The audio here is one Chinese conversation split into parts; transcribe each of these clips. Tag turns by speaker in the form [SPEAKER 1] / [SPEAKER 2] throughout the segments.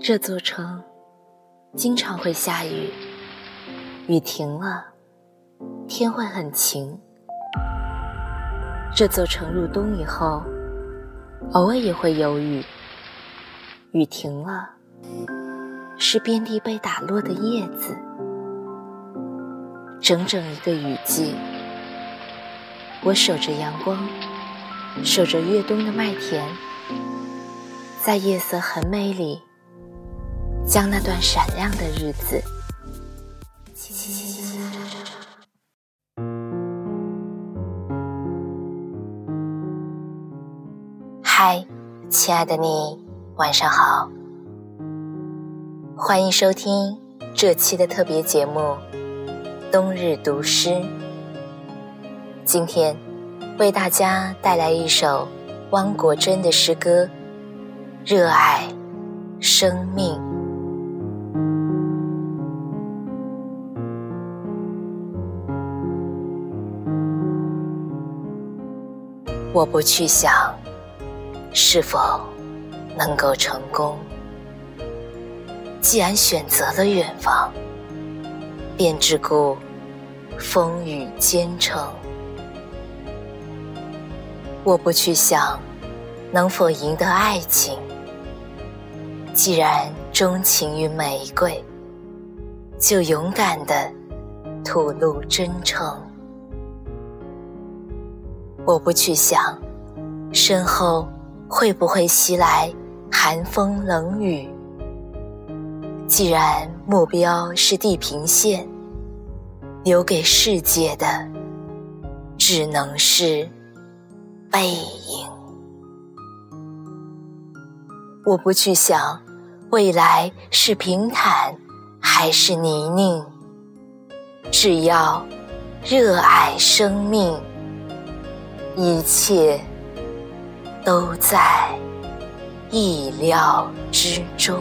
[SPEAKER 1] 这座城经常会下雨，雨停了，天会很晴。这座城入冬以后，偶尔也会有雨，雨停了，是遍地被打落的叶子。整整一个雨季，我守着阳光，守着越冬的麦田，在夜色很美里，将那段闪亮的日子轻轻地嗨，亲爱的你，晚上好，欢迎收听这期的特别节目冬日读诗。今天为大家带来一首汪国真的诗歌《热爱生命》。我不去想是否能够成功，既然选择了远方，便只顾风雨兼程。我不去想能否赢得爱情，既然钟情于玫瑰，就勇敢地吐露真诚。我不去想身后会不会袭来寒风冷雨，既然目标是地平线，留给世界的只能是背影。我不去想未来是平坦还是泥泞，只要热爱生命，一切都在意料之中。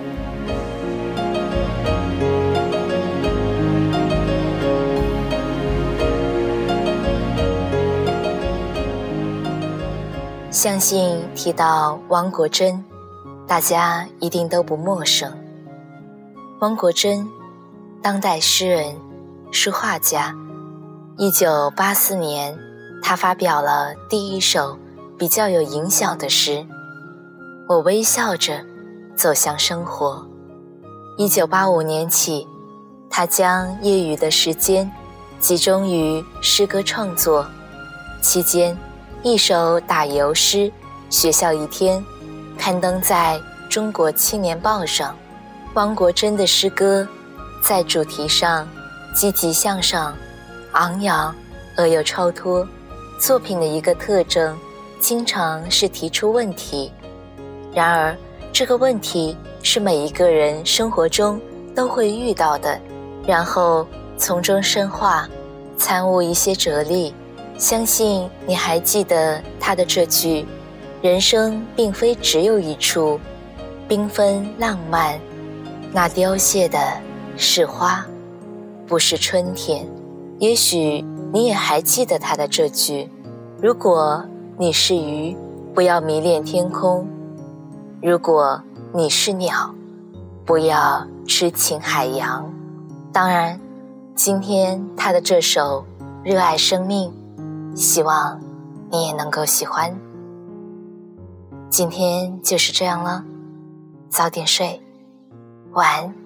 [SPEAKER 1] 相信提到汪国真，大家一定都不陌生。汪国真，当代诗人、书画家。1984年，他发表了第一首比较有影响的诗《我微笑着走向生活》。1985年起，他将业余的时间集中于诗歌创作，期间一首打油诗《学校一天》刊登在中国青年报上。汪国真的诗歌在主题上积极向上，昂扬而又超脱。作品的一个特征经常是提出问题，然而这个问题是每一个人生活中都会遇到的，然后从中深化，参悟一些哲理。相信你还记得他的这句：人生并非只有一处，缤纷浪漫，那凋谢的是花，不是春天。也许你也还记得他的这句：如果你是鱼，不要迷恋天空；如果你是鸟，不要痴情海洋。当然，今天他的这首《热爱生命》，希望你也能够喜欢。今天就是这样了，早点睡，晚安。